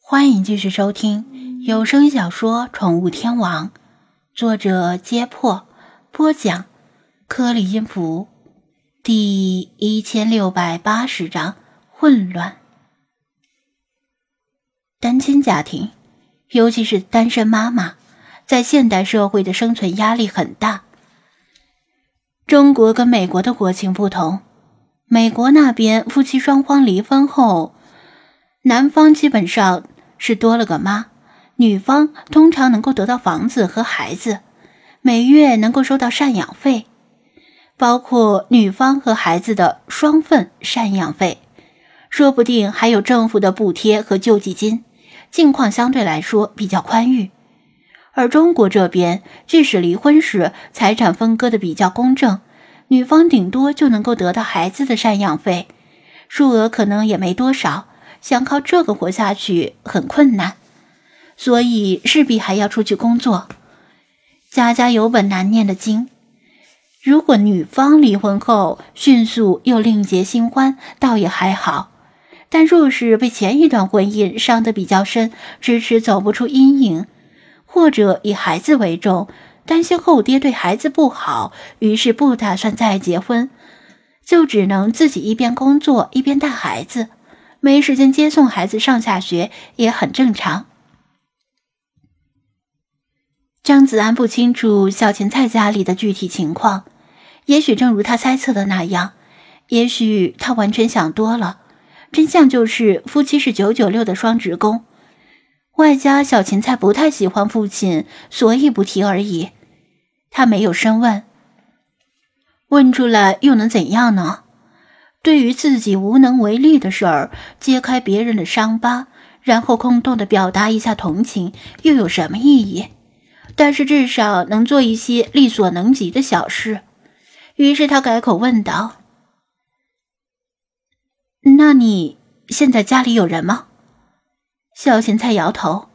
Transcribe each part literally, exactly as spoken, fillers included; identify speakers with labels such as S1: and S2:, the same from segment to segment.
S1: 欢迎继续收听有声小说《宠物天王》，作者揭破，播讲颗粒音符，第一千六百八十章混乱。单亲家庭，尤其是单身妈妈，在现代社会的生存压力很大。中国跟美国的国情不同，美国那边夫妻双方离婚后，男方基本上是多了个妈，女方通常能够得到房子和孩子，每月能够收到赡养费，包括女方和孩子的双份赡养费，说不定还有政府的补贴和救济金，境况相对来说比较宽裕。而中国这边，即使离婚时财产分割的比较公正，女方顶多就能够得到孩子的赡养费，数额可能也没多少，想靠这个活下去很困难，所以势必还要出去工作。家家有本难念的经，如果女方离婚后迅速又另结新欢，倒也还好，但若是被前一段婚姻伤得比较深，迟迟走不出阴影，或者以孩子为重，担心后爹对孩子不好，于是不打算再结婚，就只能自己一边工作一边带孩子，没时间接送孩子上下学也很正常。张子安不清楚小芹菜家里的具体情况，也许正如他猜测的那样，也许他完全想多了，真相就是夫妻是九九六的双职工，外加小芹菜不太喜欢父亲，所以不提而已。他没有深问，问出来又能怎样呢？对于自己无能为力的事儿，揭开别人的伤疤，然后空洞地表达一下同情，又有什么意义？但是至少能做一些力所能及的小事。于是他改口问道：那你现在家里有人吗？小芹菜摇头。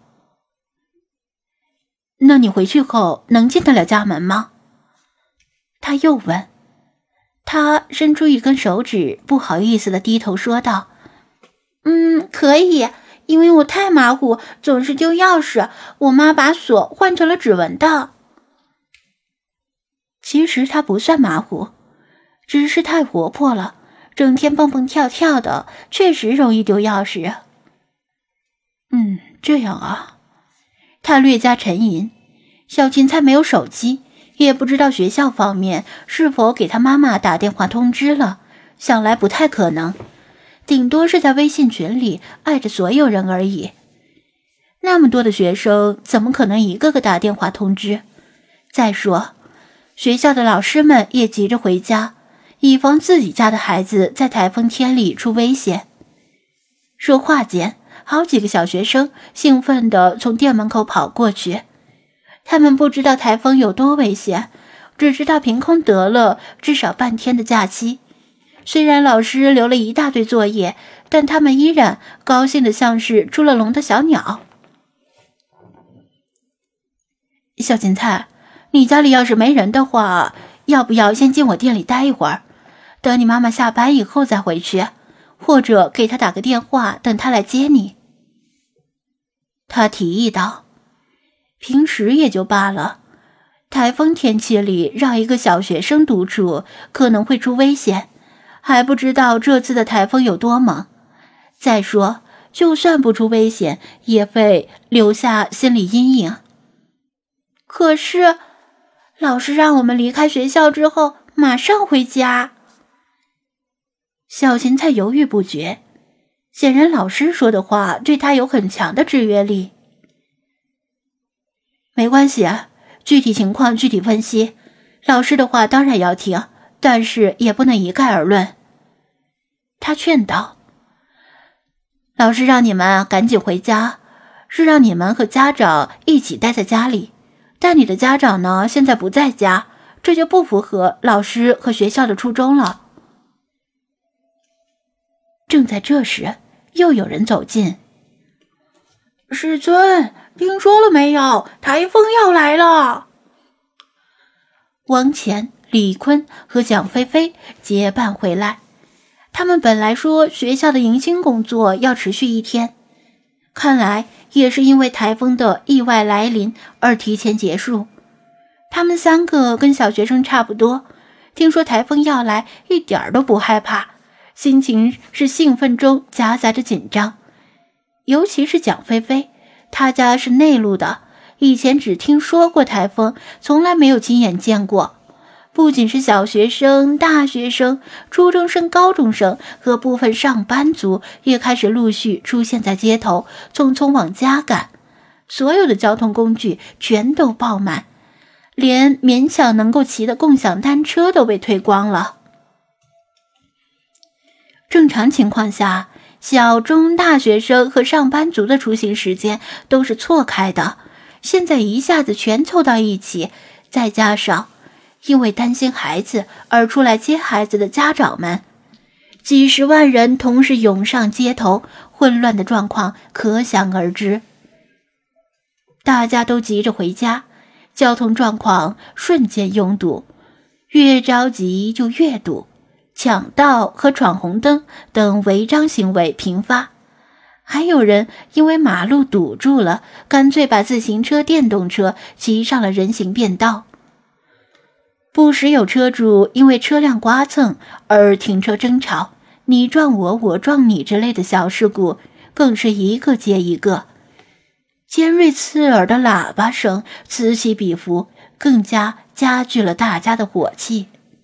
S1: 那你回去后能进得了家门吗？他又问。他伸出一根手指，不好意思地低头说道：嗯，可以，因为我太马虎，总是丢钥匙，我妈把锁换成了指纹的。其实他不算马虎，只是太活泼了，整天蹦蹦跳跳的，确实容易丢钥匙。嗯，这样啊。他略加沉吟，小芹菜没有手机，也不知道学校方面是否给他妈妈打电话通知了，想来不太可能，顶多是在微信群里艾着所有人而已。那么多的学生，怎么可能一个个打电话通知？再说，学校的老师们也急着回家，以防自己家的孩子在台风天里出危险。说话间，好几个小学生兴奋地从店门口跑过去。他们不知道台风有多危险，只知道凭空得了至少半天的假期。虽然老师留了一大堆作业，但他们依然高兴得像是出了笼的小鸟。小芹菜，你家里要是没人的话，要不要先进我店里待一会儿，等你妈妈下班以后再回去，或者给她打个电话，等她来接你。他提议道。平时也就罢了，台风天气里让一个小学生独处可能会出危险，还不知道这次的台风有多猛。再说，就算不出危险，也会留下心理阴影。可是，老师让我们离开学校之后马上回家。小芹菜犹豫不决，显然老师说的话对他有很强的制约力。没关系啊，具体情况具体分析，老师的话当然要听，但是也不能一概而论。他劝道。老师让你们赶紧回家，是让你们和家长一起待在家里，但你的家长呢，现在不在家，这就不符合老师和学校的初衷了。正在这时，又有人走近。师尊，听说了没有？台风要来了。王乾、李坤和蒋菲菲结伴回来，他们本来说学校的迎新工作要持续一天， 看来也是因为台风的意外来临而提前结束。他们三个跟小学生差不多，听说台风要来，一点儿都不害怕，心情是兴奋中夹杂着紧张。尤其是蒋菲菲，她家是内陆的，以前只听说过台风，从来没有亲眼见过。不仅是小学生、大学生、初中生、高中生和部分上班族也开始陆续出现在街头，匆匆往家赶。所有的交通工具全都爆满，连勉强能够骑的共享单车都被推光了。正常情况下，小中大学生和上班族的出行时间都是错开的，现在一下子全凑到一起，再加上因为担心孩子而出来接孩子的家长们，几十万人同时涌上街头，混乱的状况可想而知。大家都急着回家，交通状况瞬间拥堵，越着急就越堵，抢道和闯红灯等违章行为频发。还有人因为马路堵住了，干脆把自行车、电动车骑上了人行便道。不时有车主因为车辆刮蹭而停车争吵，你撞我，我撞你之类的小事故更是一个接一个。尖锐刺耳的喇叭声此起彼伏，更加加剧了大家的火气。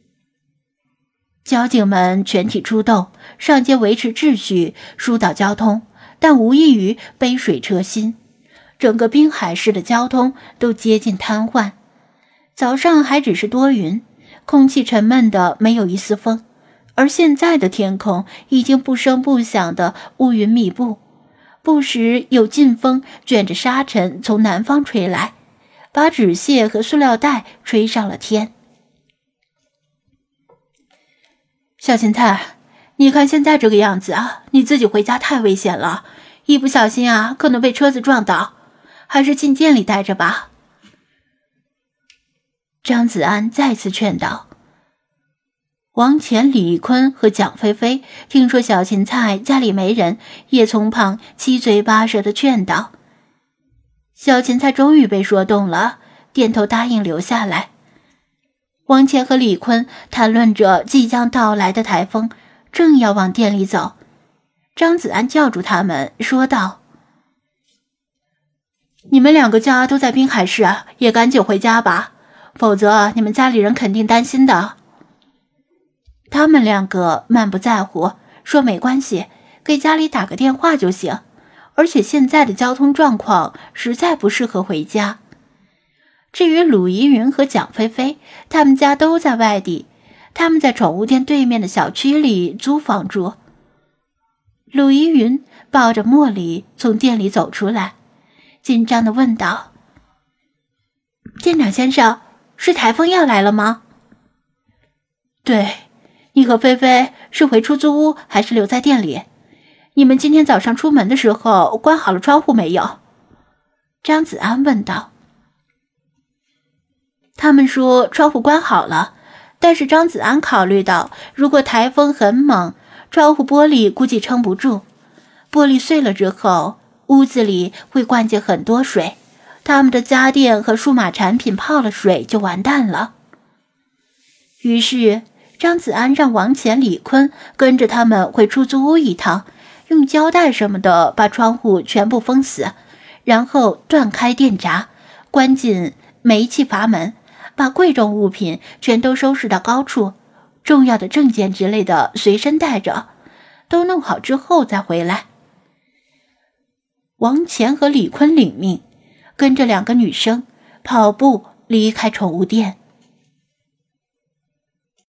S1: 交警们全体出动，上街维持秩序，疏导交通，但无异于杯水车薪。整个滨海市的交通都接近瘫痪。早上还只是多云，空气沉闷的没有一丝风，而现在的天空已经不声不响的乌云密布，不时有劲风卷着沙尘从南方吹来，把纸屑和塑料袋吹上了天。小芹菜，你看现在这个样子啊，你自己回家太危险了，一不小心啊，可能被车子撞倒，还是进店里待着吧。张子安再次劝导。王乾、李坤和蒋菲菲听说小芹菜家里没人，也从旁七嘴八舌的劝导。小芹菜终于被说动了，点头答应留下来。王乾和李坤谈论着即将到来的台风，正要往店里走，张子安叫住他们，说道：你们两个家都在滨海市，也赶紧回家吧，否则你们家里人肯定担心的。他们两个满不在乎，说没关系，给家里打个电话就行，而且现在的交通状况实在不适合回家。至于鲁怡云和蒋菲菲，他们家都在外地，他们在宠物店对面的小区里租房住。鲁怡云抱着茉莉从店里走出来，紧张地问道：店长先生，是台风要来了吗？对，你和菲菲是回出租屋还是留在店里？你们今天早上出门的时候关好了窗户没有？张子安问道。他们说窗户关好了，但是张子安考虑到如果台风很猛，窗户玻璃估计撑不住，玻璃碎了之后屋子里会灌进很多水，他们的家电和数码产品泡了水就完蛋了。于是张子安让王乾、李坤跟着他们回出租屋一趟，用胶带什么的把窗户全部封死，然后断开电闸，关紧煤气阀门，把贵重物品全都收拾到高处，重要的证件之类的随身带着，都弄好之后再回来。王乾和李坤领命，跟着两个女生跑步离开宠物店。